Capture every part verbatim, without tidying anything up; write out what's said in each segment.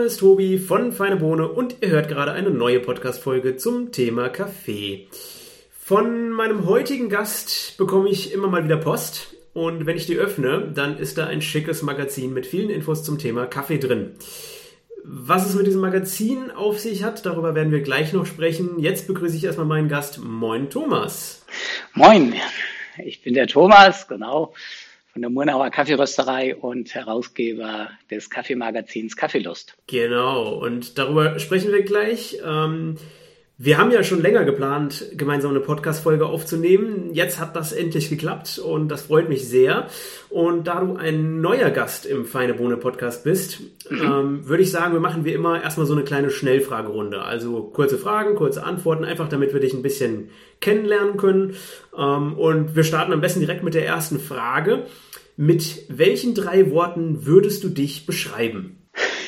ist Tobi von Feine Bohne und ihr hört gerade eine neue Podcast-Folge zum Thema Kaffee. Von meinem heutigen Gast bekomme ich immer mal wieder Post und wenn ich die öffne, dann ist da ein schickes Magazin mit vielen Infos zum Thema Kaffee drin. Was es mit diesem Magazin auf sich hat, darüber werden wir gleich noch sprechen. Jetzt begrüße ich erstmal meinen Gast. Moin Thomas. Moin, ich bin der Thomas, genau, von der Murnauer Kaffeerösterei und Herausgeber des Kaffeemagazins Kaffeelust. Genau, und darüber sprechen wir gleich. Ähm, wir haben ja schon länger geplant, gemeinsam eine Podcast-Folge aufzunehmen. Jetzt hat das endlich geklappt und das freut mich sehr. Und da du ein neuer Gast im Feine Bohne Podcast bist, mhm. ähm, würde ich sagen, wir machen wie immer erstmal so eine kleine Schnellfragerunde. Also kurze Fragen, kurze Antworten, einfach damit wir dich ein bisschen kennenlernen können. Ähm, und wir starten am besten direkt mit der ersten Frage. Mit welchen drei Worten würdest du dich beschreiben?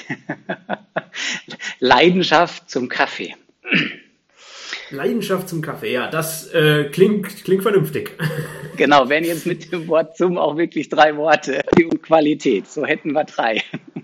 Leidenschaft zum Kaffee. Leidenschaft zum Kaffee, ja, das äh, klingt, klingt vernünftig. Genau, wären jetzt mit dem Wort zum auch wirklich drei Worte und Qualität, so hätten wir drei.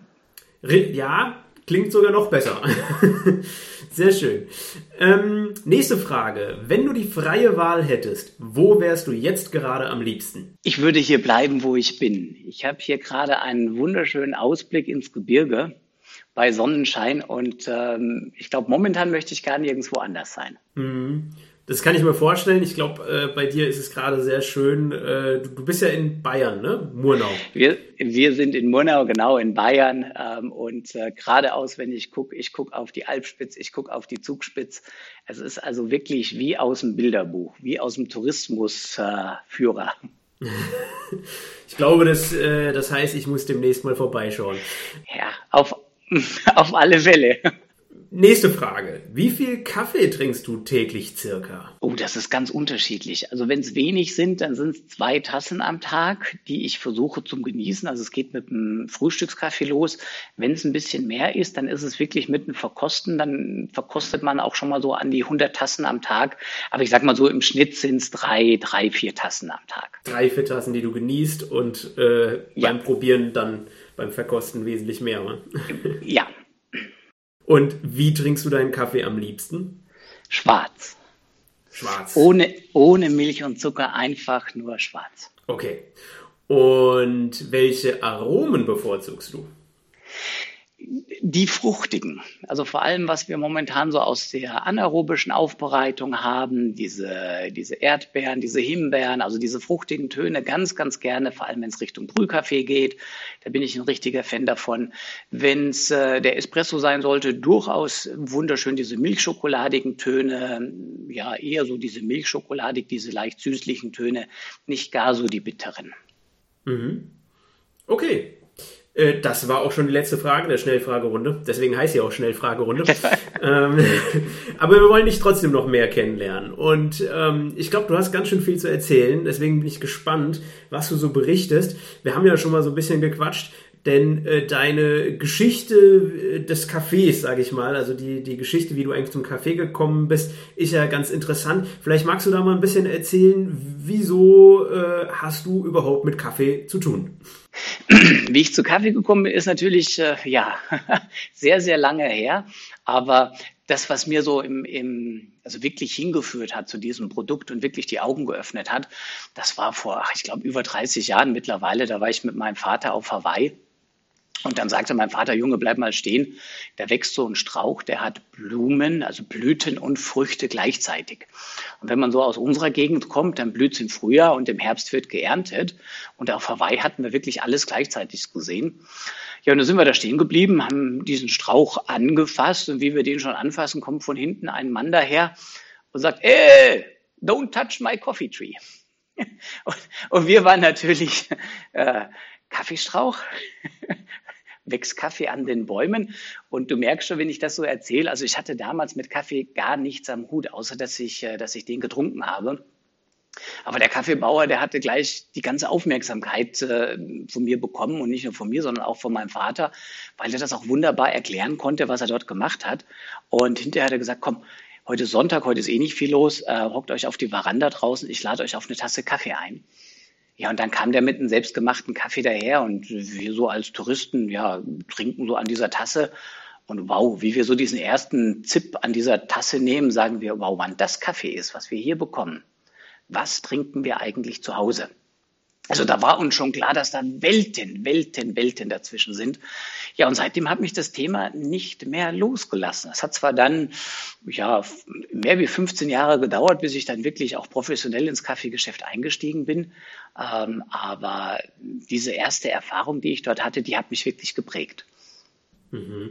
Ja, klingt sogar noch besser. Sehr schön. Ähm, nächste Frage. Wenn du die freie Wahl hättest, wo wärst du jetzt gerade am liebsten? Ich würde hier bleiben, wo ich bin. Ich habe hier gerade einen wunderschönen Ausblick ins Gebirge bei Sonnenschein und ähm, ich glaube, momentan möchte ich gar nirgendwo anders sein. Das kann ich mir vorstellen. Ich glaube, äh, bei dir ist es gerade sehr schön. Äh, du, du bist ja in Bayern, ne? Murnau. Wir, wir sind in Murnau, genau, in Bayern. Ähm, und äh, geradeaus, wenn ich gucke, ich gucke auf die Alpspitz, ich gucke auf die Zugspitz. Es ist also wirklich wie aus dem Bilderbuch, wie aus dem Tourismusführer. Äh, ich glaube, das, äh, das heißt, ich muss demnächst mal vorbeischauen. Ja, auf Auf alle Fälle. Nächste Frage. Wie viel Kaffee trinkst du täglich circa? Oh, das ist ganz unterschiedlich. Also wenn es wenig sind, dann sind es zwei Tassen am Tag, die ich versuche zum Genießen. Also es geht mit dem Frühstückskaffee los. Wenn es ein bisschen mehr ist, dann ist es wirklich mit dem Verkosten. Dann verkostet man auch schon mal so an die hundert Tassen am Tag. Aber ich sag mal so, im Schnitt sind es drei, drei, vier Tassen am Tag. Drei, vier Tassen, die du genießt und äh, ja. beim Probieren dann beim Verkosten wesentlich mehr. Ne? Ja. Und wie trinkst du deinen Kaffee am liebsten? Schwarz. Schwarz. Ohne, ohne Milch und Zucker, einfach nur schwarz. Okay. Und welche Aromen bevorzugst du? Die fruchtigen, also vor allem, was wir momentan so aus der anaerobischen Aufbereitung haben, diese, diese Erdbeeren, diese Himbeeren, also diese fruchtigen Töne ganz, ganz gerne, vor allem wenn es Richtung Brühkaffee geht, da bin ich ein richtiger Fan davon. Wenn es äh, der Espresso sein sollte, durchaus wunderschön diese milchschokoladigen Töne, ja eher so diese milchschokoladig, diese leicht süßlichen Töne, nicht gar so die bitteren. Mhm. Okay. Das war auch schon die letzte Frage der Schnellfragerunde. Deswegen heißt sie auch Schnellfragerunde. ähm, aber wir wollen dich trotzdem noch mehr kennenlernen. Und ähm, ich glaube, du hast ganz schön viel zu erzählen. Deswegen bin ich gespannt, was du so berichtest. Wir haben ja schon mal so ein bisschen gequatscht. Denn äh, deine Geschichte äh, des Kaffees, sage ich mal, also die, die Geschichte, wie du eigentlich zum Kaffee gekommen bist, ist ja ganz interessant. Vielleicht magst du da mal ein bisschen erzählen, wieso äh, hast du überhaupt mit Kaffee zu tun? Wie ich zu Kaffee gekommen bin, ist natürlich, äh, ja, sehr, sehr lange her. Aber das, was mir so im, im, also wirklich hingeführt hat zu diesem Produkt und wirklich die Augen geöffnet hat, das war vor, ach, ich glaube, über dreißig Jahren mittlerweile. Da war ich mit meinem Vater auf Hawaii. Und dann sagte mein Vater, Junge, bleib mal stehen. Da wächst so ein Strauch, der hat Blumen, also Blüten und Früchte gleichzeitig. Und wenn man so aus unserer Gegend kommt, dann blüht es im Frühjahr und im Herbst wird geerntet. Und auf Hawaii hatten wir wirklich alles gleichzeitig gesehen. Ja, und dann sind wir da stehen geblieben, haben diesen Strauch angefasst. Und wie wir den schon anfassen, kommt von hinten ein Mann daher und sagt, ey, don't touch my coffee tree. Und, und wir waren natürlich äh, Kaffeestrauch. Wächst Kaffee an den Bäumen. Und du merkst schon, wenn ich das so erzähle, also ich hatte damals mit Kaffee gar nichts am Hut, außer dass ich, dass ich den getrunken habe. Aber der Kaffeebauer, der hatte gleich die ganze Aufmerksamkeit äh, von mir bekommen und nicht nur von mir, sondern auch von meinem Vater, weil er das auch wunderbar erklären konnte, was er dort gemacht hat. Und hinterher hat er gesagt, komm, heute ist Sonntag, heute ist eh nicht viel los, äh, hockt euch auf die Veranda draußen, ich lade euch auf eine Tasse Kaffee ein. Ja, und dann kam der mit einem selbstgemachten Kaffee daher und wir so als Touristen, ja, trinken so an dieser Tasse Und wow, wie wir so diesen ersten Zip an dieser Tasse nehmen, sagen wir, wow, wann das Kaffee ist, was wir hier bekommen. Was trinken wir eigentlich zu Hause? Also da war uns schon klar, dass da Welten, Welten, Welten dazwischen sind. Ja, und seitdem hat mich das Thema nicht mehr losgelassen. Es hat zwar dann ja mehr wie fünfzehn Jahre gedauert, bis ich dann wirklich auch professionell ins Kaffeegeschäft eingestiegen bin. Ähm, aber diese erste Erfahrung, die ich dort hatte, die hat mich wirklich geprägt. Mhm.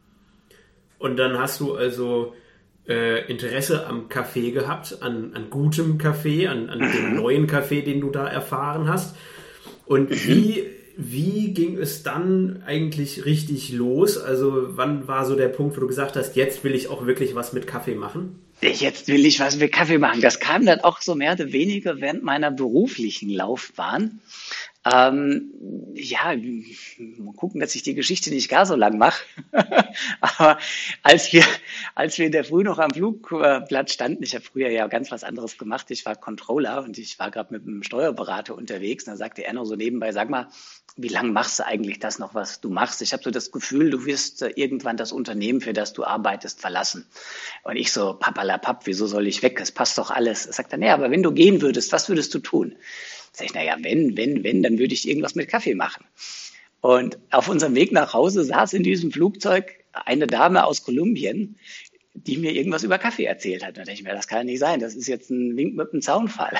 Und dann hast du also äh, Interesse am Kaffee gehabt, an, an gutem Kaffee, an, an dem neuen Kaffee, den du da erfahren hast. Und wie, wie ging es dann eigentlich richtig los? Also wann war so der Punkt, wo du gesagt hast, jetzt will ich auch wirklich was mit Kaffee machen? Jetzt will ich was mit Kaffee machen. Das kam dann auch so mehr oder weniger während meiner beruflichen Laufbahn. Ähm, ja, mal gucken, dass ich die Geschichte nicht gar so lang mache. Aber als wir, als wir in der Früh noch am Flugplatz standen, ich habe früher ja ganz was anderes gemacht. Ich war Controller und ich war gerade mit einem Steuerberater unterwegs. Und da sagte er noch so nebenbei, sag mal, wie lange machst du eigentlich das noch, was du machst? Ich habe so das Gefühl, du wirst äh, irgendwann das Unternehmen, für das du arbeitest, verlassen. Und ich so, papalapap, wieso soll ich weg? Es passt doch alles. Er sagt dann, ja, aber wenn du gehen würdest, was würdest du tun? Sag ich, naja, wenn, wenn, wenn, dann würde ich irgendwas mit Kaffee machen. Und auf unserem Weg nach Hause saß in diesem Flugzeug eine Dame aus Kolumbien, die mir irgendwas über Kaffee erzählt hat. Da dachte ich mir, das kann ja nicht sein, das ist jetzt ein Wink mit einem Zaunfall.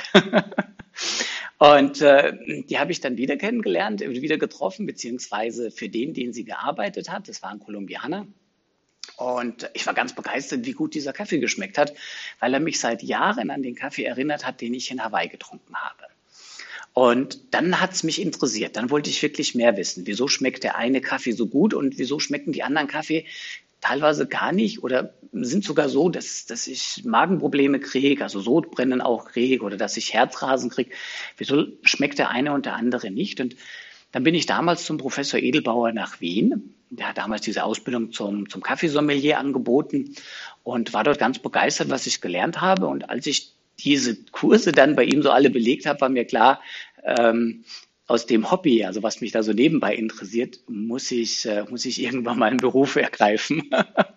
Und äh, die habe ich dann wieder kennengelernt, wieder getroffen, beziehungsweise für den, den sie gearbeitet hat. Das war ein Kolumbianer. Und ich war ganz begeistert, wie gut dieser Kaffee geschmeckt hat, weil er mich seit Jahren an den Kaffee erinnert hat, den ich in Hawaii getrunken habe. Und dann hat es mich interessiert. Dann wollte ich wirklich mehr wissen. Wieso schmeckt der eine Kaffee so gut und wieso schmecken die anderen Kaffee teilweise gar nicht oder sind sogar so, dass, dass ich Magenprobleme kriege, also Sodbrennen auch kriege oder dass ich Herzrasen kriege. Wieso schmeckt der eine und der andere nicht? Und dann bin ich damals zum Professor Edelbauer nach Wien. Der hat damals diese Ausbildung zum, zum Kaffeesommelier angeboten und war dort ganz begeistert, was ich gelernt habe. Und als ich diese Kurse dann bei ihm so alle belegt habe, war mir klar, ähm, aus dem Hobby, also was mich da so nebenbei interessiert, muss ich, äh, muss ich irgendwann mal einen Beruf ergreifen.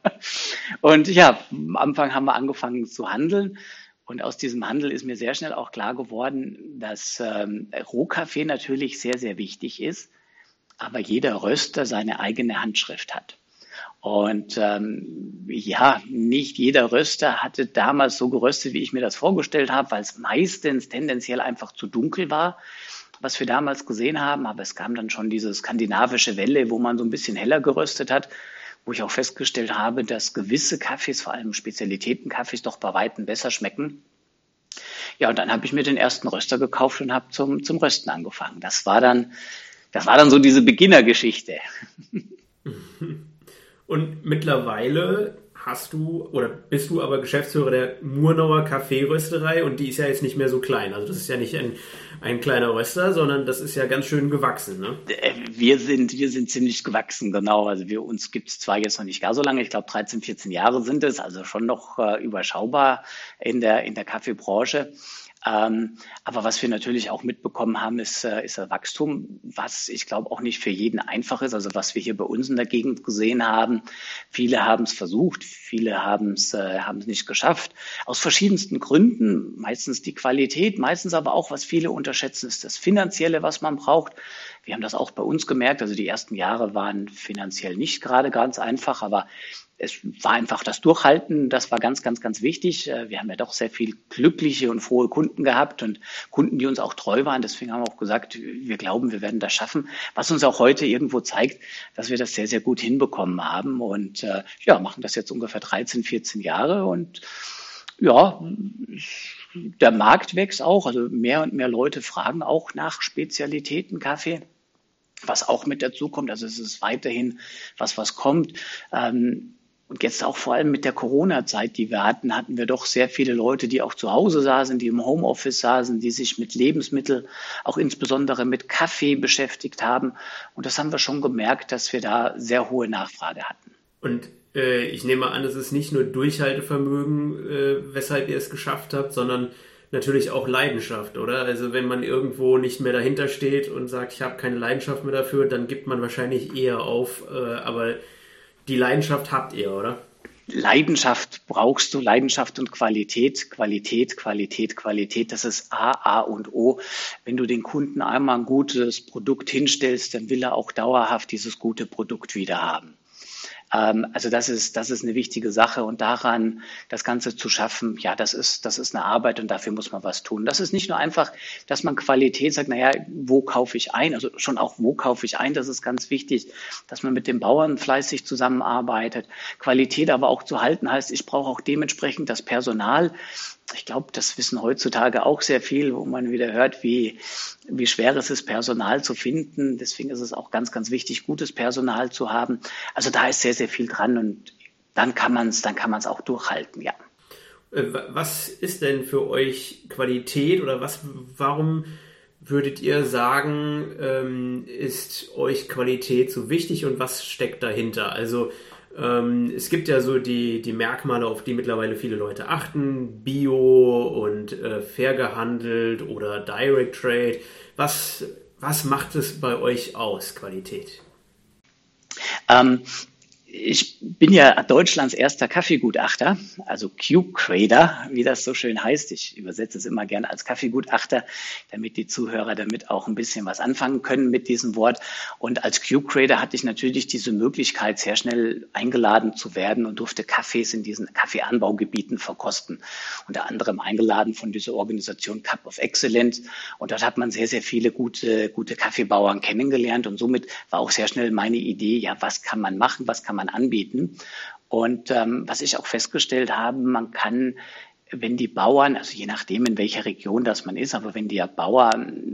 Und ja, am Anfang haben wir angefangen zu handeln. Und aus diesem Handel ist mir sehr schnell auch klar geworden, dass ähm, Rohkaffee natürlich sehr, sehr wichtig ist, aber jeder Röster seine eigene Handschrift hat. Und ähm, ja, nicht jeder Röster hatte damals so geröstet, wie ich mir das vorgestellt habe, weil es meistens tendenziell einfach zu dunkel war, was wir damals gesehen haben. Aber es kam dann schon diese skandinavische Welle, wo man so ein bisschen heller geröstet hat, wo ich auch festgestellt habe, dass gewisse Kaffees, vor allem Spezialitätenkaffees, doch bei Weitem besser schmecken. Ja, und dann habe ich mir den ersten Röster gekauft und habe zum, zum Rösten angefangen. Das war dann, das war dann so diese Beginnergeschichte. Und mittlerweile hast du oder bist du aber Geschäftsführer der Murnauer Kaffeerösterei und die ist ja jetzt nicht mehr so klein. Also das ist ja nicht ein, ein kleiner Röster, sondern das ist ja ganz schön gewachsen, ne? Wir sind, wir sind ziemlich gewachsen, genau. Also wir, uns gibt es zwar jetzt noch nicht gar so lange, ich glaube dreizehn, vierzehn Jahre sind es, also schon noch äh, überschaubar in der, in der Kaffeebranche. Ähm, aber was wir natürlich auch mitbekommen haben, ist, äh, ist das Wachstum, was ich glaube auch nicht für jeden einfach ist. Also was wir hier bei uns in der Gegend gesehen haben, viele haben es versucht, viele haben es äh, haben es nicht geschafft. Aus verschiedensten Gründen, meistens die Qualität, meistens aber auch, was viele unterschätzen, ist das Finanzielle, was man braucht. Wir haben das auch bei uns gemerkt, also die ersten Jahre waren finanziell nicht gerade ganz einfach, aber es war einfach das Durchhalten, das war ganz, ganz, ganz wichtig. Wir haben ja doch sehr viel glückliche und frohe Kunden gehabt und Kunden, die uns auch treu waren. Deswegen haben wir auch gesagt, wir glauben, wir werden das schaffen, was uns auch heute irgendwo zeigt, dass wir das sehr, sehr gut hinbekommen haben und äh, ja, machen das jetzt ungefähr dreizehn, vierzehn Jahre und ja, der Markt wächst auch, also mehr und mehr Leute fragen auch nach Spezialitäten Kaffee, was auch mit dazu kommt. Also es ist weiterhin was, was kommt. Ähm, Und jetzt auch vor allem mit der Corona-Zeit, die wir hatten, hatten wir doch sehr viele Leute, die auch zu Hause saßen, die im Homeoffice saßen, die sich mit Lebensmitteln, auch insbesondere mit Kaffee beschäftigt haben. Und das haben wir schon gemerkt, dass wir da sehr hohe Nachfrage hatten. Und äh, ich nehme an, es ist nicht nur Durchhaltevermögen, äh, weshalb ihr es geschafft habt, sondern natürlich auch Leidenschaft, oder? Also wenn man irgendwo nicht mehr dahinter steht und sagt, ich habe keine Leidenschaft mehr dafür, dann gibt man wahrscheinlich eher auf. Äh, aber die Leidenschaft habt ihr, oder? Leidenschaft brauchst du, Leidenschaft und Qualität, Qualität, Qualität, Qualität, das ist A, A und O. Wenn du den Kunden einmal ein gutes Produkt hinstellst, dann will er auch dauerhaft dieses gute Produkt wieder haben. Ähm, also das ist, das ist eine wichtige Sache und daran das Ganze zu schaffen, ja, das ist, das ist eine Arbeit und dafür muss man was tun. Das ist nicht nur einfach, dass man Qualität sagt, naja, wo kaufe ich ein? Also schon auch, wo kaufe ich ein? Das ist ganz wichtig, dass man mit den Bauern fleißig zusammenarbeitet. Qualität aber auch zu halten heißt, ich brauche auch dementsprechend das Personal. Ich glaube, das wissen heutzutage auch sehr viel, wo man wieder hört, wie, wie schwer es ist, Personal zu finden. Deswegen ist es auch ganz, ganz wichtig, gutes Personal zu haben. Also da ist sehr, sehr viel dran und dann kann man es, dann kann man es auch durchhalten, ja. Was ist denn für euch Qualität oder was, warum würdet ihr sagen, ähm, ist euch Qualität so wichtig und was steckt dahinter? Also Ähm, es gibt ja so die, die Merkmale, auf die mittlerweile viele Leute achten, Bio und äh, fair gehandelt oder Direct Trade. Was, was macht es bei euch aus, Qualität? Ähm, Ich bin ja Deutschlands erster Kaffeegutachter, also Q-Grader, wie das so schön heißt. Ich übersetze es immer gerne als Kaffeegutachter, damit die Zuhörer damit auch ein bisschen was anfangen können mit diesem Wort. Und als Q-Grader hatte ich natürlich diese Möglichkeit, sehr schnell eingeladen zu werden und durfte Kaffees in diesen Kaffeeanbaugebieten verkosten. Unter anderem eingeladen von dieser Organisation Cup of Excellence. Und dort hat man sehr, sehr viele gute, gute Kaffeebauern kennengelernt. Und somit war auch sehr schnell meine Idee, ja, was kann man machen, was kann man anbieten. Und ähm, was ich auch festgestellt habe, man kann, wenn die Bauern, also je nachdem, in welcher Region das man ist, aber wenn der Bauer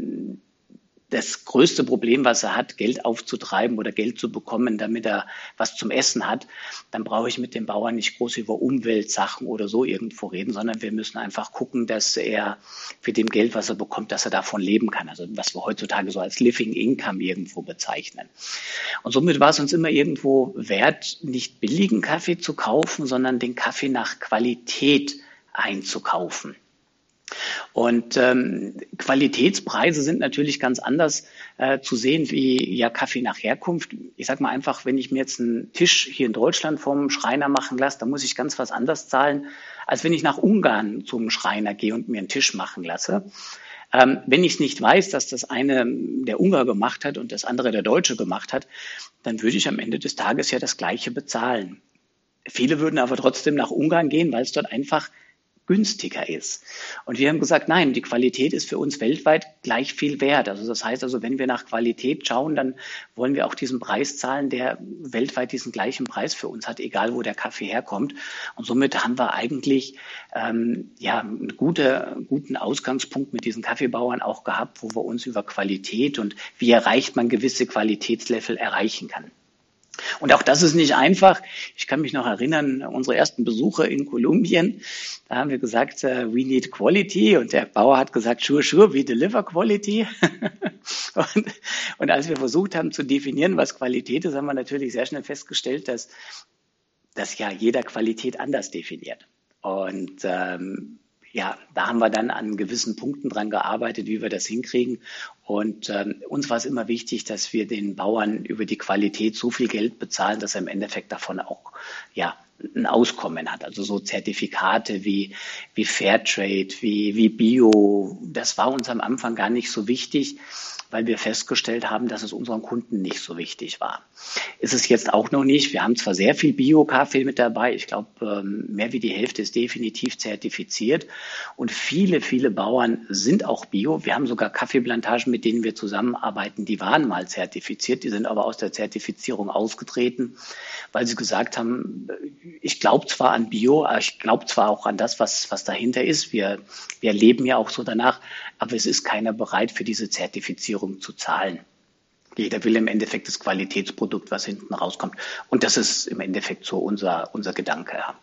das größte Problem, was er hat, Geld aufzutreiben oder Geld zu bekommen, damit er was zum Essen hat, dann brauche ich mit dem Bauern nicht groß über Umweltsachen oder so irgendwo reden, sondern wir müssen einfach gucken, dass er für dem Geld, was er bekommt, dass er davon leben kann. Also was wir heutzutage so als Living Income irgendwo bezeichnen. Und somit war es uns immer irgendwo wert, nicht billigen Kaffee zu kaufen, sondern den Kaffee nach Qualität einzukaufen. Und ähm, Qualitätspreise sind natürlich ganz anders äh, zu sehen wie ja Kaffee nach Herkunft. Ich sage mal einfach, wenn ich mir jetzt einen Tisch hier in Deutschland vom Schreiner machen lasse, dann muss ich ganz was anderes zahlen, als wenn ich nach Ungarn zum Schreiner gehe und mir einen Tisch machen lasse. Ähm, wenn ich nicht weiß, dass das eine der Ungar gemacht hat und das andere der Deutsche gemacht hat, dann würde ich am Ende des Tages ja das Gleiche bezahlen. Viele würden aber trotzdem nach Ungarn gehen, weil es dort einfach günstiger ist. Und wir haben gesagt, nein, die Qualität ist für uns weltweit gleich viel wert. Also das heißt also, wenn wir nach Qualität schauen, dann wollen wir auch diesen Preis zahlen, der weltweit diesen gleichen Preis für uns hat, egal wo der Kaffee herkommt. Und somit haben wir eigentlich ähm, ja einen gute, guten Ausgangspunkt mit diesen Kaffeebauern auch gehabt, wo wir uns über Qualität und wie erreicht man gewisse Qualitätslevel erreichen kann. Und auch das ist nicht einfach. Ich kann mich noch erinnern, unsere ersten Besuche in Kolumbien, da haben wir gesagt, uh, we need quality. Und der Bauer hat gesagt, sure, sure, we deliver quality. und, und als wir versucht haben zu definieren, was Qualität ist, haben wir natürlich sehr schnell festgestellt, dass, dass ja jeder Qualität anders definiert. Und ähm, ja, da haben wir dann an gewissen Punkten dran gearbeitet, wie wir das hinkriegen. Und ähm, uns war es immer wichtig, dass wir den Bauern über die Qualität so viel Geld bezahlen, dass er im Endeffekt davon auch ja ein Auskommen hat. Also so Zertifikate wie wie Fairtrade, wie wie Bio. Das war uns am Anfang gar nicht so wichtig, weil wir festgestellt haben, dass es unseren Kunden nicht so wichtig war. Ist es jetzt auch noch nicht. Wir haben zwar sehr viel Bio-Kaffee mit dabei. Ich glaube, mehr wie die Hälfte ist definitiv zertifiziert. Und viele, viele Bauern sind auch Bio. Wir haben sogar Kaffeeplantagen, mit denen wir zusammenarbeiten, die waren mal zertifiziert. Die sind aber aus der Zertifizierung ausgetreten, weil sie gesagt haben, ich glaube zwar an Bio, ich glaube zwar auch an das, was, was dahinter ist. Wir, wir leben ja auch so danach, aber es ist keiner bereit, für diese Zertifizierung zu zahlen. Jeder will im Endeffekt das Qualitätsprodukt, was hinten rauskommt. Und das ist im Endeffekt so unser, unser Gedanke. Ja.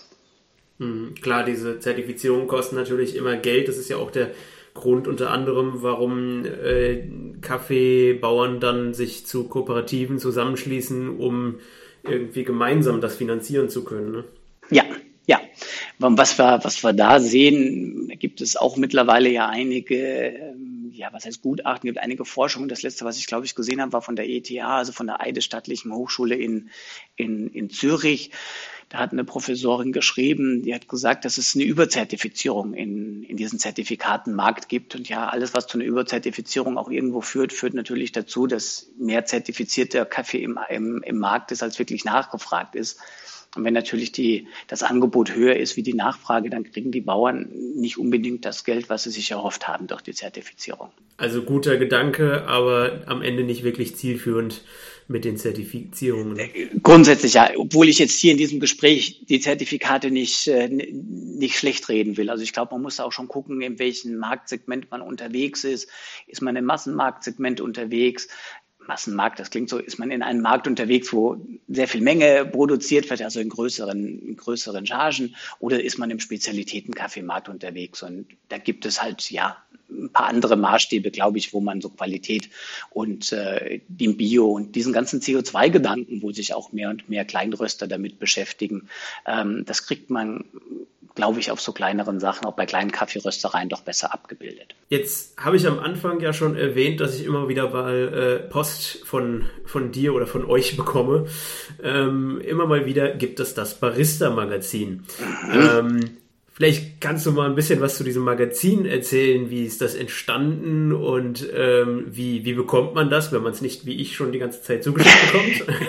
Mhm, klar, diese Zertifizierungen kosten natürlich immer Geld. Das ist ja auch der Grund unter anderem, warum äh, Kaffeebauern dann sich zu Kooperativen zusammenschließen, um irgendwie gemeinsam das finanzieren zu können. Ne? Ja, ja. Was wir, was wir da sehen, gibt es auch mittlerweile ja einige ja, was heißt Gutachten, gibt einige Forschungen. Das letzte, was ich glaube ich gesehen habe, war von der E T H, also von der Eidesstattlichen Hochschule in, in, in Zürich. Da hat eine Professorin geschrieben, die hat gesagt, dass es eine Überzertifizierung in, in diesen Zertifikatenmarkt gibt. Und ja, alles, was zu einer Überzertifizierung auch irgendwo führt, führt natürlich dazu, dass mehr zertifizierter Kaffee im, im, im Markt ist, als wirklich nachgefragt ist. Und wenn natürlich die, das Angebot höher ist wie die Nachfrage, dann kriegen die Bauern nicht unbedingt das Geld, was sie sich erhofft haben durch die Zertifizierung. Also guter Gedanke, aber am Ende nicht wirklich zielführend mit den Zertifizierungen. Grundsätzlich ja, obwohl ich jetzt hier in diesem Gespräch die Zertifikate nicht, nicht schlecht reden will. Also ich glaube, man muss auch schon gucken, in welchem Marktsegment man unterwegs ist. Ist man im Massenmarktsegment unterwegs? Massenmarkt, das klingt so, ist man in einem Markt unterwegs, wo sehr viel Menge produziert wird, also in größeren, in größeren Chargen, oder ist man im Spezialitäten-Kaffeemarkt unterwegs? Und da gibt es halt, ja, ein paar andere Maßstäbe, glaube ich, wo man so Qualität und äh, den Bio und diesen ganzen C O zwei Gedanken, wo sich auch mehr und mehr Kleinröster damit beschäftigen, ähm, das kriegt man, glaube ich, auf so kleineren Sachen, auch bei kleinen Kaffeeröstereien doch besser abgebildet. Jetzt habe ich am Anfang ja schon erwähnt, dass ich immer wieder mal äh, Post von, von dir oder von euch bekomme. Ähm, immer mal wieder gibt es das Barista-Magazin. Mhm. Ähm, vielleicht kannst du mal ein bisschen was zu diesem Magazin erzählen. Wie ist das entstanden und ähm, wie, wie bekommt man das, wenn man es nicht wie ich schon die ganze Zeit zugeschickt bekommt?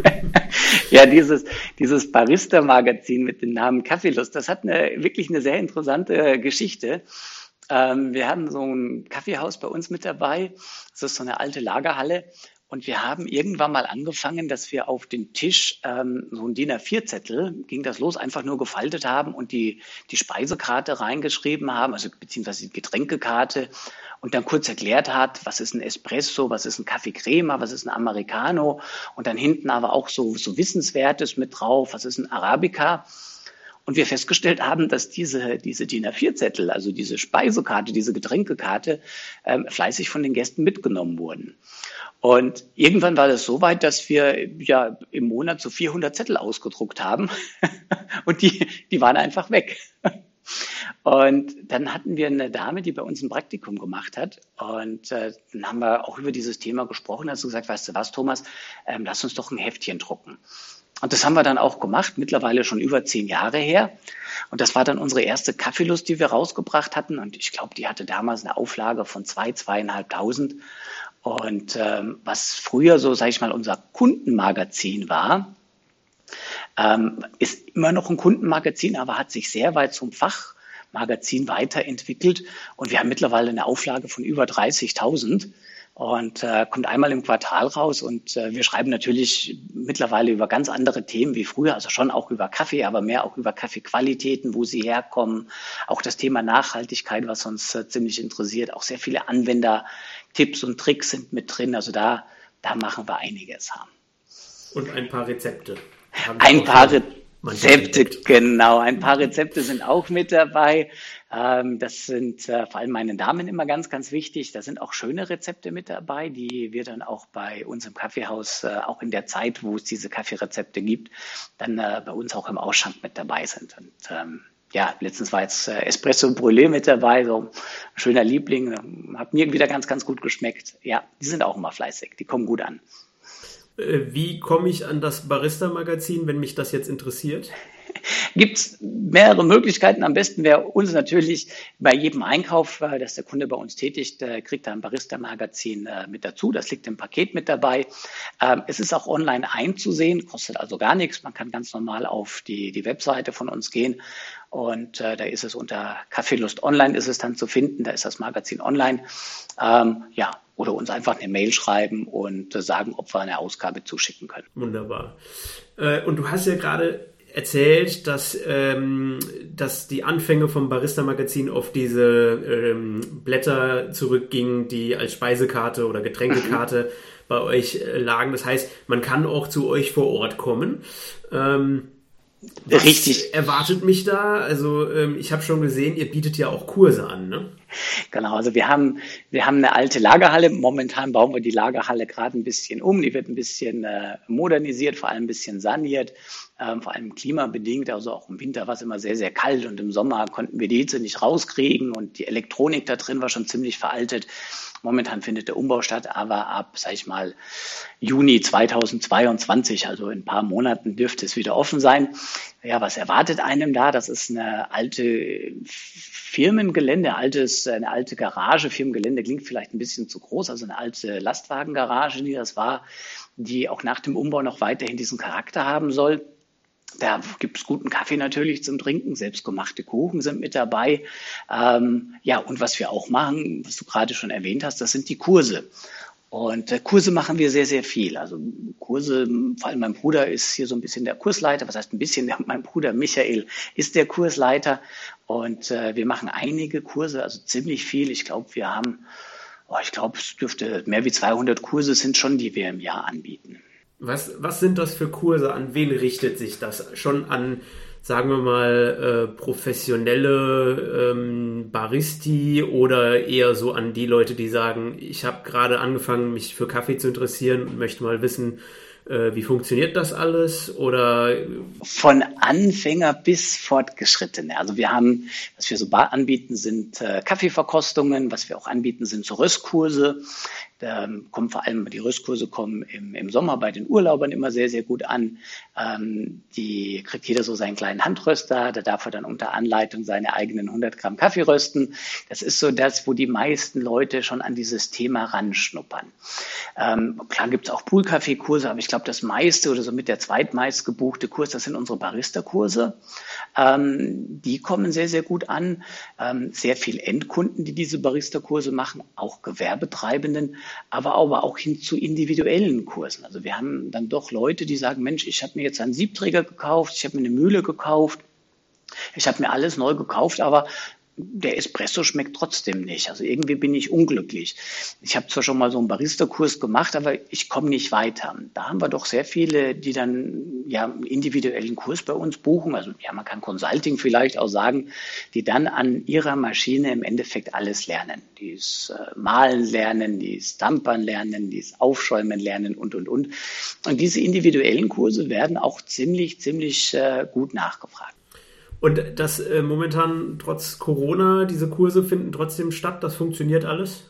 Ja, dieses, dieses Barista-Magazin mit dem Namen Kaffeelust, das hat eine, wirklich eine sehr interessante Geschichte. Ähm, wir haben so ein Kaffeehaus bei uns mit dabei. Das ist so eine alte Lagerhalle. Und wir haben irgendwann mal angefangen, dass wir auf den Tisch ähm, so ein D I N A vier Zettel, ging das los, einfach nur gefaltet haben und die, die Speisekarte reingeschrieben haben, also beziehungsweise die Getränkekarte, und dann kurz erklärt hat, was ist ein Espresso, was ist ein Kaffee Crema, was ist ein Americano, und dann hinten aber auch so, so Wissenswertes mit drauf, was ist ein Arabica. Und wir festgestellt haben, dass diese, diese D I N A vier Zettel, also diese Speisekarte, diese Getränkekarte, ähm, fleißig von den Gästen mitgenommen wurden. Und irgendwann war das so weit, dass wir ja im Monat so vierhundert Zettel ausgedruckt haben und die, die waren einfach weg. Und dann hatten wir eine Dame, die bei uns ein Praktikum gemacht hat, und äh, dann haben wir auch über dieses Thema gesprochen, hat so gesagt, weißt du was, Thomas, ähm, lass uns doch ein Heftchen drucken. Und das haben wir dann auch gemacht, mittlerweile schon über zehn Jahre her. Und das war dann unsere erste Kaffeelust, die wir rausgebracht hatten. Und ich glaube, die hatte damals eine Auflage von zwei, zweieinhalbtausend. Und ähm, was früher so, sage ich mal, unser Kundenmagazin war, ähm, ist immer noch ein Kundenmagazin, aber hat sich sehr weit zum Fachmagazin weiterentwickelt. Und wir haben mittlerweile eine Auflage von über dreißigtausend. Und äh, kommt einmal im Quartal raus, und äh, wir schreiben natürlich mittlerweile über ganz andere Themen wie früher, also schon auch über Kaffee, aber mehr auch über Kaffeequalitäten, wo sie herkommen, auch das Thema Nachhaltigkeit, was uns äh, ziemlich interessiert, auch sehr viele Anwendertipps und Tricks sind mit drin, also da, da machen wir einiges. Und ein paar Rezepte. Ein paar Rezepte, genau, ein paar Rezepte sind auch mit dabei. Das sind äh, vor allem meinen Damen immer ganz, ganz wichtig. Da sind auch schöne Rezepte mit dabei, die wir dann auch bei uns im Kaffeehaus, äh, auch in der Zeit, wo es diese Kaffeerezepte gibt, dann äh, bei uns auch im Ausschank mit dabei sind. Und ähm, ja, letztens war jetzt äh, Espresso Brûlé mit dabei, so ein schöner Liebling. Hat mir wieder ganz, ganz gut geschmeckt. Ja, die sind auch immer fleißig, die kommen gut an. Wie komme ich an das Barista-Magazin, wenn mich das jetzt interessiert? Gibt es mehrere Möglichkeiten. Am besten wäre uns natürlich bei jedem Einkauf, äh, dass der Kunde bei uns tätigt, äh, kriegt er ein Barista-Magazin äh, mit dazu. Das liegt im Paket mit dabei. Ähm, es ist auch online einzusehen, kostet also gar nichts. Man kann ganz normal auf die, die Webseite von uns gehen, und äh, da ist es unter Kaffeelust Online ist es dann zu finden. Da ist das Magazin online. Ähm, ja, oder uns einfach eine Mail schreiben und äh, sagen, ob wir eine Ausgabe zuschicken können. Wunderbar. Äh, und du hast ja gerade erzählt, dass, ähm, dass die Anfänge vom Barista-Magazin auf diese ähm, Blätter zurückgingen, die als Speisekarte oder Getränkekarte mhm. bei euch äh, lagen. Das heißt, man kann auch zu euch vor Ort kommen. Ähm, Was Richtig. erwartet mich da? Also ähm, ich habe schon gesehen, ihr bietet ja auch Kurse an, ne? Genau, also wir haben, wir haben eine alte Lagerhalle. Momentan bauen wir die Lagerhalle gerade ein bisschen um. Die wird ein bisschen äh, modernisiert, vor allem ein bisschen saniert, ähm, vor allem klimabedingt. Also auch im Winter war es immer sehr, sehr kalt und im Sommer konnten wir die Hitze nicht rauskriegen und die Elektronik da drin war schon ziemlich veraltet. Momentan findet der Umbau statt, aber ab, sag ich mal, Juni zweitausendzweiundzwanzig, also in ein paar Monaten, dürfte es wieder offen sein. Ja, was erwartet einem da? Das ist eine alte Firmengelände, altes, eine alte Garage. Firmengelände klingt vielleicht ein bisschen zu groß, also eine alte Lastwagengarage, die das war, die auch nach dem Umbau noch weiterhin diesen Charakter haben soll. Da gibt's guten Kaffee natürlich zum Trinken, selbstgemachte Kuchen sind mit dabei. Ähm, ja, und was wir auch machen, was du gerade schon erwähnt hast, das sind die Kurse. Und äh, Kurse machen wir sehr, sehr viel. Also Kurse, vor allem mein Bruder ist hier so ein bisschen der Kursleiter. Was heißt ein bisschen? Mein Bruder Michael ist der Kursleiter. Und äh, wir machen einige Kurse, also ziemlich viel. Ich glaube, wir haben, oh, ich glaube, es dürfte mehr wie zweihundert Kurse sind schon, die wir im Jahr anbieten. Was, was sind das für Kurse? An wen richtet sich das? Schon an, sagen wir mal, äh, professionelle ähm, Baristi oder eher so an die Leute, die sagen, ich habe gerade angefangen, mich für Kaffee zu interessieren und möchte mal wissen, äh, wie funktioniert das alles? Oder von Anfänger bis Fortgeschrittene. Also wir haben, was wir so anbieten, sind äh, Kaffeeverkostungen, was wir auch anbieten, sind so Röstkurse. Da kommen vor allem, die Röstkurse kommen im, im Sommer bei den Urlaubern immer sehr, sehr gut an. Ähm, die kriegt jeder so seinen kleinen Handröster, da darf er dann unter Anleitung seine eigenen hundert Gramm Kaffee rösten. Das ist so das, wo die meisten Leute schon an dieses Thema ranschnuppern. Ähm, klar gibt's auch Poolkaffeekurse, aber ich glaube, das meiste oder so mit der zweitmeist gebuchte Kurs, das sind unsere Barista-Kurse. Ähm, die kommen sehr, sehr gut an. Ähm, sehr viel Endkunden, die diese Barista-Kurse machen, auch Gewerbetreibenden, aber auch hin zu individuellen Kursen. Also wir haben dann doch Leute, die sagen, Mensch, ich habe mir jetzt einen Siebträger gekauft, ich habe mir eine Mühle gekauft, ich habe mir alles neu gekauft, aber der Espresso schmeckt trotzdem nicht. Also irgendwie bin ich unglücklich. Ich habe zwar schon mal so einen Barista-Kurs gemacht, aber ich komme nicht weiter. Da haben wir doch sehr viele, die dann ja einen individuellen Kurs bei uns buchen. Also ja, man kann Consulting vielleicht auch sagen, die dann an ihrer Maschine im Endeffekt alles lernen. Die ist äh, Mahlen lernen, die ist Dampern lernen, die ist Aufschäumen lernen und, und, und. Und diese individuellen Kurse werden auch ziemlich, ziemlich äh, gut nachgefragt. Und das äh, momentan trotz Corona, diese Kurse finden trotzdem statt, das funktioniert alles?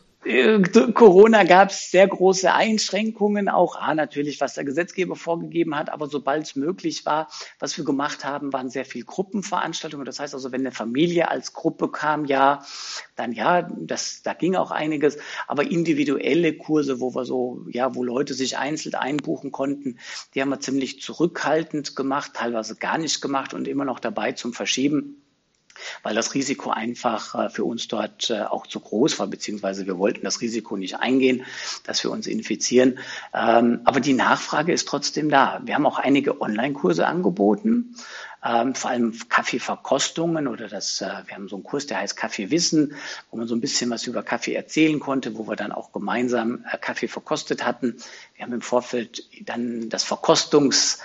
Corona gab es sehr große Einschränkungen, auch A, natürlich, was der Gesetzgeber vorgegeben hat, aber sobald es möglich war, was wir gemacht haben, waren sehr viel Gruppenveranstaltungen. Das heißt also, wenn eine Familie als Gruppe kam, ja, dann ja, das, da ging auch einiges, aber individuelle Kurse, wo wir so, ja, wo Leute sich einzeln einbuchen konnten, die haben wir ziemlich zurückhaltend gemacht, teilweise gar nicht gemacht und immer noch dabei zum Verschieben, weil das Risiko einfach für uns dort auch zu groß war, beziehungsweise wir wollten das Risiko nicht eingehen, dass wir uns infizieren. Aber die Nachfrage ist trotzdem da. Wir haben auch einige Online-Kurse angeboten, vor allem Kaffeeverkostungen oder das, wir haben so einen Kurs, der heißt Kaffeewissen, wo man so ein bisschen was über Kaffee erzählen konnte, wo wir dann auch gemeinsam Kaffee verkostet hatten. Wir haben im Vorfeld dann das Verkostungsset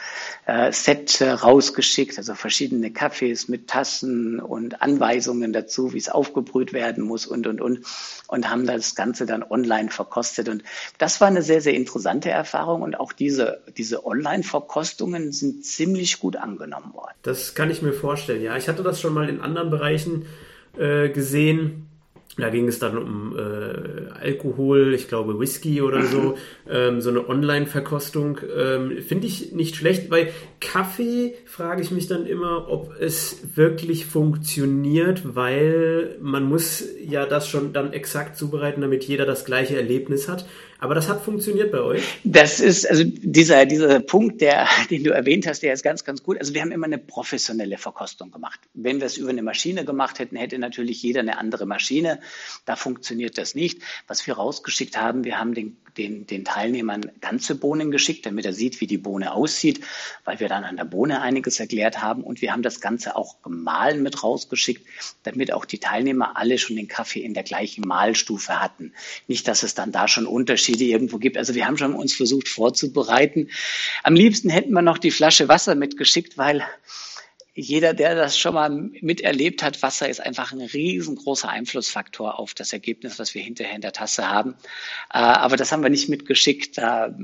rausgeschickt, also verschiedene Kaffees mit Tassen und Anweisungen dazu, wie es aufgebrüht werden muss und, und, und, und haben das Ganze dann online verkostet. Und das war eine sehr, sehr interessante Erfahrung und auch diese, diese Online-Verkostungen sind ziemlich gut angenommen worden. Das kann ich mir vorstellen, ja. Ich hatte das schon mal in anderen Bereichen äh, gesehen. Da ging es dann um äh, Alkohol, ich glaube Whisky oder so, ähm, so eine Online-Verkostung. Ähm, finde ich nicht schlecht, weil Kaffee frage ich mich dann immer, ob es wirklich funktioniert, weil man muss ja das schon dann exakt zubereiten, damit jeder das gleiche Erlebnis hat. Aber das hat funktioniert bei euch? Das ist, also dieser, dieser Punkt, der, den du erwähnt hast, der ist ganz, ganz gut. Also wir haben immer eine professionelle Verkostung gemacht. Wenn wir es über eine Maschine gemacht hätten, hätte natürlich jeder eine andere Maschine. Da funktioniert das nicht. Was wir rausgeschickt haben, wir haben den, den, den Teilnehmern ganze Bohnen geschickt, damit er sieht, wie die Bohne aussieht, weil wir dann an der Bohne einiges erklärt haben. Und wir haben das Ganze auch gemahlen mit rausgeschickt, damit auch die Teilnehmer alle schon den Kaffee in der gleichen Mahlstufe hatten. Nicht, dass es dann da schon Unterschiede irgendwo gibt. Also wir haben schon uns versucht vorzubereiten. Am liebsten hätten wir noch die Flasche Wasser mitgeschickt, weil jeder, der das schon mal miterlebt hat, Wasser ist einfach ein riesengroßer Einflussfaktor auf das Ergebnis, was wir hinterher in der Tasse haben. Äh, aber das haben wir nicht mitgeschickt. Äh,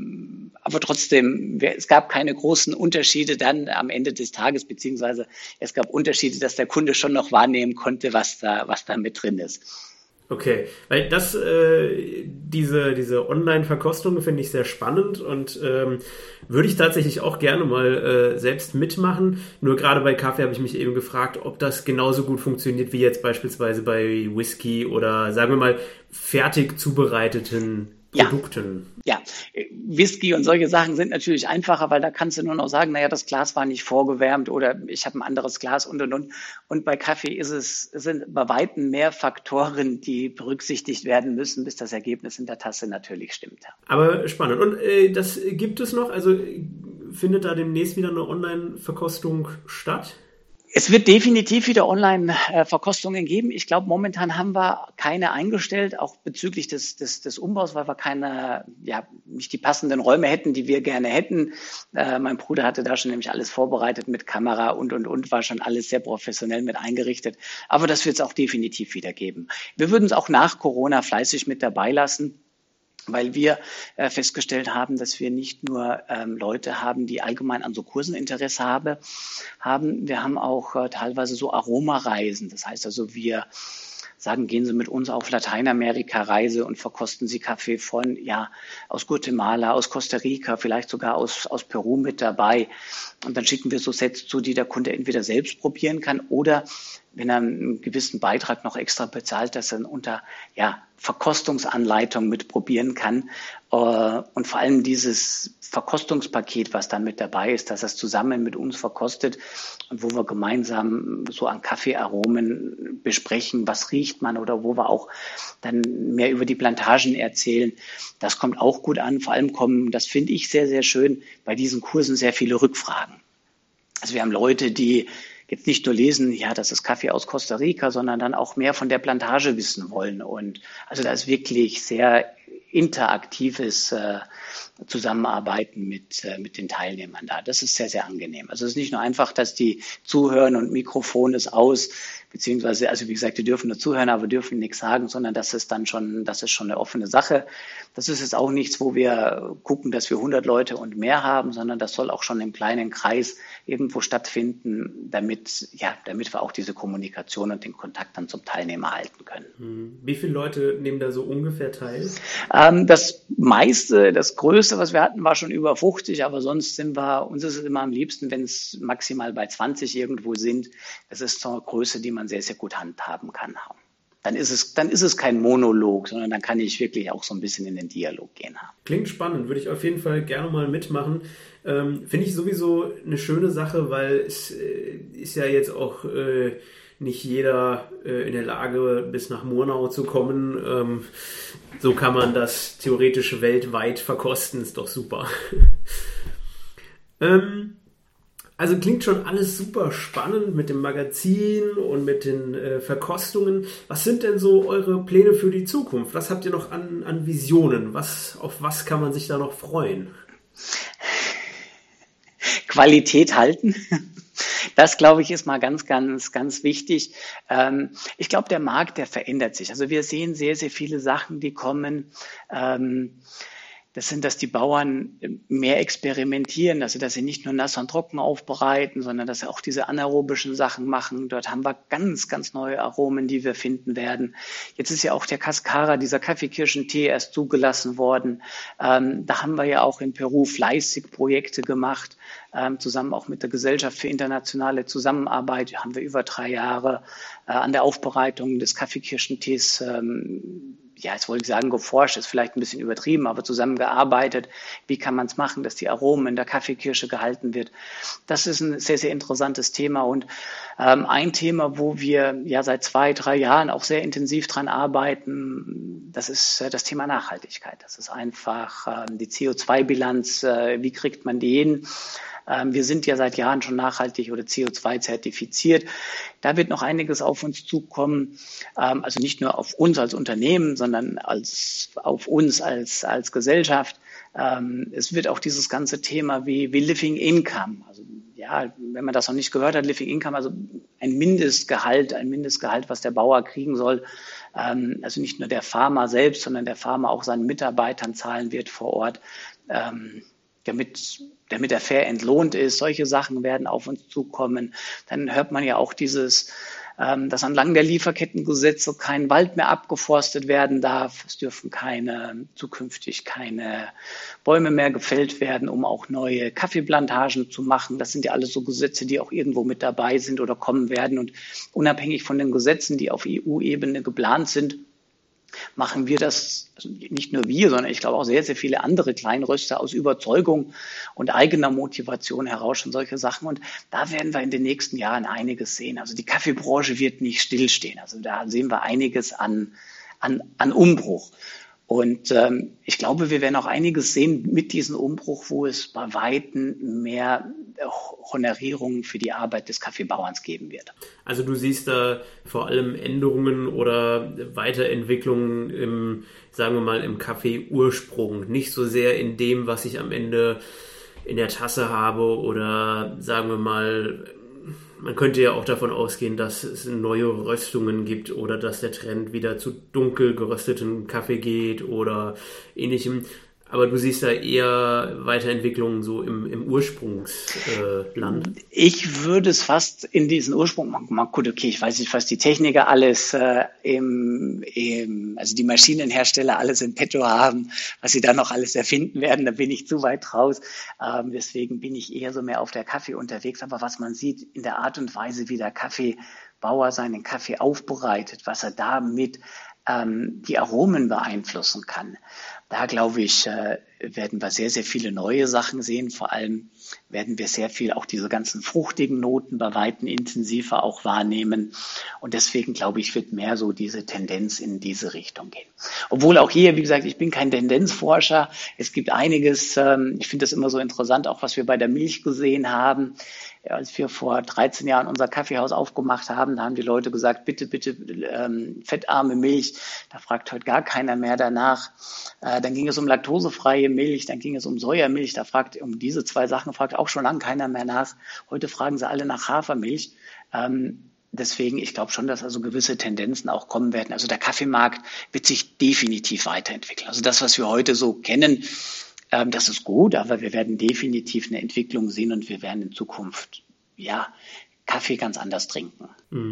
aber trotzdem, es gab keine großen Unterschiede dann am Ende des Tages, beziehungsweise es gab Unterschiede, dass der Kunde schon noch wahrnehmen konnte, was da, was da mit drin ist. Okay, weil das, äh, diese, diese Online-Verkostung finde ich sehr spannend und ähm, würde ich tatsächlich auch gerne mal äh, selbst mitmachen. Nur gerade bei Kaffee habe ich mich eben gefragt, ob das genauso gut funktioniert wie jetzt beispielsweise bei Whisky oder sagen wir mal fertig zubereiteten Produkten. Ja, ja, Whisky und solche Sachen sind natürlich einfacher, weil da kannst du nur noch sagen, naja, das Glas war nicht vorgewärmt oder ich habe ein anderes Glas und und und. Und bei Kaffee ist es, sind bei Weitem mehr Faktoren, die berücksichtigt werden müssen, bis das Ergebnis in der Tasse natürlich stimmt. Aber spannend. Und äh, das gibt es noch? Also findet da demnächst wieder eine Online-Verkostung statt? Es wird definitiv wieder Online-Verkostungen geben. Ich glaube, momentan haben wir keine eingestellt, auch bezüglich des, des, des Umbaus, weil wir keine, ja, nicht die passenden Räume hätten, die wir gerne hätten. Äh, mein Bruder hatte da schon nämlich alles vorbereitet mit Kamera und, und, und, war schon alles sehr professionell mit eingerichtet. Aber das wird es auch definitiv wieder geben. Wir würden es auch nach Corona fleißig mit dabei lassen, weil wir äh, festgestellt haben, dass wir nicht nur ähm, Leute haben, die allgemein an so Kursen Interesse habe, haben. Wir haben auch äh, teilweise so Aromareisen. Das heißt also, wir sagen, gehen Sie mit uns auf Lateinamerika-Reise und verkosten Sie Kaffee von, ja, aus Guatemala, aus Costa Rica, vielleicht sogar aus, aus Peru mit dabei. Und dann schicken wir so Sets zu, die der Kunde entweder selbst probieren kann oder wenn er einen gewissen Beitrag noch extra bezahlt, dass er dann unter, ja, Verkostungsanleitung mit probieren kann. Und vor allem dieses Verkostungspaket, was dann mit dabei ist, dass er es zusammen mit uns verkostet und wo wir gemeinsam so an Kaffeearomen besprechen, was riecht man oder wo wir auch dann mehr über die Plantagen erzählen. Das kommt auch gut an. Vor allem kommen, das finde ich sehr, sehr schön, bei diesen Kursen sehr viele Rückfragen. Also wir haben Leute, die jetzt nicht nur lesen, ja, das ist Kaffee aus Costa Rica, sondern dann auch mehr von der Plantage wissen wollen. Und also da ist wirklich sehr interaktives äh, Zusammenarbeiten mit, äh, mit den Teilnehmern da. Das ist sehr, sehr angenehm. Also es ist nicht nur einfach, dass die zuhören und Mikrofon ist aus, beziehungsweise, also wie gesagt, die dürfen nur zuhören, aber dürfen nichts sagen, sondern das ist dann schon, das ist schon eine offene Sache. Das ist jetzt auch nichts, wo wir gucken, dass wir hundert Leute und mehr haben, sondern das soll auch schon im kleinen Kreis irgendwo stattfinden, damit, ja, damit wir auch diese Kommunikation und den Kontakt dann zum Teilnehmer halten können. Wie viele Leute nehmen da so ungefähr teil? Ähm, das meiste, das Größte, was wir hatten, war schon über fünfzig, aber sonst sind wir, uns ist es immer am liebsten, wenn es maximal bei zwanzig irgendwo sind. Das ist so eine Größe, die man sehr, sehr gut handhaben kann. Dann ist es, dann ist es kein Monolog, sondern dann kann ich wirklich auch so ein bisschen in den Dialog gehen. Klingt spannend, würde ich auf jeden Fall gerne mal mitmachen. Ähm, finde ich sowieso eine schöne Sache, weil es äh, ist ja jetzt auch äh, nicht jeder äh, in der Lage, bis nach Murnau zu kommen. Ähm, so kann man das theoretisch weltweit verkosten, ist doch super. ähm, Also klingt schon alles super spannend mit dem Magazin und mit den äh, Verkostungen. Was sind denn so eure Pläne für die Zukunft? Was habt ihr noch an, an Visionen? Was, auf was kann man sich da noch freuen? Qualität halten. Das, glaube ich, ist mal ganz, ganz, ganz wichtig. Ähm, ich glaube, der Markt, der verändert sich. Also wir sehen sehr, sehr viele Sachen, die kommen. Ähm, Das sind, dass die Bauern mehr experimentieren, also dass sie nicht nur nass und trocken aufbereiten, sondern dass sie auch diese anaerobischen Sachen machen. Dort haben wir ganz, ganz neue Aromen, die wir finden werden. Jetzt ist ja auch der Cascara, dieser Kaffeekirschentee, erst zugelassen worden. Ähm, da haben wir ja auch in Peru fleißig Projekte gemacht, ähm, zusammen auch mit der Gesellschaft für internationale Zusammenarbeit. Haben wir über drei Jahre äh, an der Aufbereitung des Kaffeekirschentees ähm, ja, jetzt wollte ich sagen, geforscht, ist vielleicht ein bisschen übertrieben, aber zusammengearbeitet. Wie kann man es machen, dass die Aromen in der Kaffeekirsche gehalten wird? Das ist ein sehr, sehr interessantes Thema und ähm, ein Thema, wo wir ja seit zwei, drei Jahren auch sehr intensiv dran arbeiten, das ist äh, das Thema Nachhaltigkeit. Das ist einfach äh, die C O zwei Bilanz, äh, wie kriegt man die hin? Ähm, wir sind ja seit Jahren schon nachhaltig oder C O zwei zertifiziert. Da wird noch einiges auf uns zukommen. Ähm, also nicht nur auf uns als Unternehmen, sondern als, auf uns als, als Gesellschaft. Ähm, es wird auch dieses ganze Thema wie, wie Living Income, also ja, wenn man das noch nicht gehört hat, Living Income, also ein Mindestgehalt, ein Mindestgehalt, was der Bauer kriegen soll, ähm, also nicht nur der Farmer selbst, sondern der Farmer auch seinen Mitarbeitern zahlen wird vor Ort, ähm, damit, damit er fair entlohnt ist. Solche Sachen werden auf uns zukommen. Dann hört man ja auch dieses, ähm, dass entlang der Lieferkettengesetze kein Wald mehr abgeforstet werden darf. Es dürfen keine, zukünftig keine Bäume mehr gefällt werden, um auch neue Kaffeeplantagen zu machen. Das sind ja alles so Gesetze, die auch irgendwo mit dabei sind oder kommen werden. Und unabhängig von den Gesetzen, die auf E U-Ebene geplant sind, machen wir das, also nicht nur wir, sondern ich glaube auch sehr, sehr viele andere Kleinröster aus Überzeugung und eigener Motivation heraus schon solche Sachen. Und da werden wir in den nächsten Jahren einiges sehen. Also die Kaffeebranche wird nicht stillstehen. Also da sehen wir einiges an, an, an Umbruch. Und ähm, ich glaube, wir werden auch einiges sehen mit diesem Umbruch, wo es bei Weitem mehr Honorierungen für die Arbeit des Kaffeebauerns geben wird. Also du siehst da vor allem Änderungen oder Weiterentwicklungen im, sagen wir mal, im Kaffeeursprung. Nicht so sehr in dem, was ich am Ende in der Tasse habe oder sagen wir mal, man könnte ja auch davon ausgehen, dass es neue Röstungen gibt oder dass der Trend wieder zu dunkel gerösteten Kaffee geht oder ähnlichem. Aber du siehst da eher Weiterentwicklungen so im, im Ursprungsland. Äh, ich würde es fast in diesen Ursprung, mal gut, okay, ich weiß nicht, was die Techniker alles äh, im, im, also die Maschinenhersteller alles in petto haben, was sie da noch alles erfinden werden, da bin ich zu weit raus. Ähm, deswegen bin ich eher so mehr auf der Kaffee unterwegs. Aber was man sieht in der Art und Weise, wie der Kaffeebauer seinen Kaffee aufbereitet, was er damit ähm, die Aromen beeinflussen kann. Da, glaube ich, äh, werden wir sehr, sehr viele neue Sachen sehen. Vor allem werden wir sehr viel auch diese ganzen fruchtigen Noten bei Weitem intensiver auch wahrnehmen. Und deswegen, glaube ich, wird mehr so diese Tendenz in diese Richtung gehen. Obwohl auch hier, wie gesagt, ich bin kein Tendenzforscher. Es gibt einiges, ähm, ich finde das immer so interessant, auch was wir bei der Milch gesehen haben. Ja, als wir vor dreizehn Jahren unser Kaffeehaus aufgemacht haben, da haben die Leute gesagt, bitte, bitte ähm, fettarme Milch. Da fragt heute gar keiner mehr danach. Äh, dann ging es um laktosefreie Milch, dann ging es um Sojamilch. Da fragt um diese zwei Sachen fragt auch schon lange keiner mehr nach. Heute fragen sie alle nach Hafermilch. Ähm, deswegen, ich glaube schon, dass also gewisse Tendenzen auch kommen werden. Also der Kaffeemarkt wird sich definitiv weiterentwickeln. Also das, was wir heute so kennen, das ist gut, aber wir werden definitiv eine Entwicklung sehen und wir werden in Zukunft, ja, Kaffee ganz anders trinken.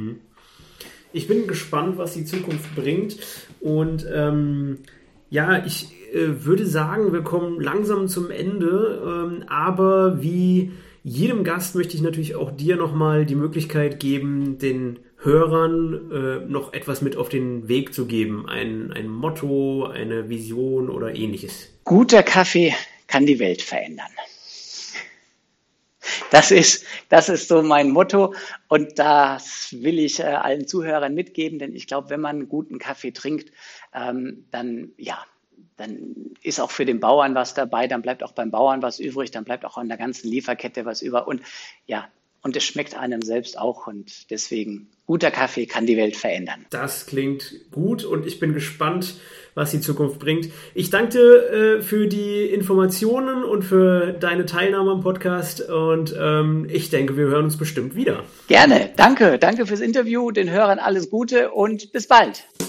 Ich bin gespannt, was die Zukunft bringt und ähm, ja, ich äh, würde sagen, wir kommen langsam zum Ende, ähm, aber wie jedem Gast möchte ich natürlich auch dir nochmal die Möglichkeit geben, den Hörern äh, noch etwas mit auf den Weg zu geben. Ein, ein Motto, eine Vision oder ähnliches. Guter Kaffee kann die Welt verändern. Das ist, das ist so mein Motto und das will ich äh, allen Zuhörern mitgeben, denn ich glaube, wenn man einen guten Kaffee trinkt, ähm, dann, ja, dann ist auch für den Bauern was dabei, dann bleibt auch beim Bauern was übrig, dann bleibt auch an der ganzen Lieferkette was über und ja, und es schmeckt einem selbst auch und deswegen, guter Kaffee kann die Welt verändern. Das klingt gut und ich bin gespannt, was die Zukunft bringt. Ich danke dir äh, für die Informationen und für deine Teilnahme am Podcast und ähm, ich denke, wir hören uns bestimmt wieder. Gerne, danke, danke fürs Interview, den Hörern alles Gute und bis bald.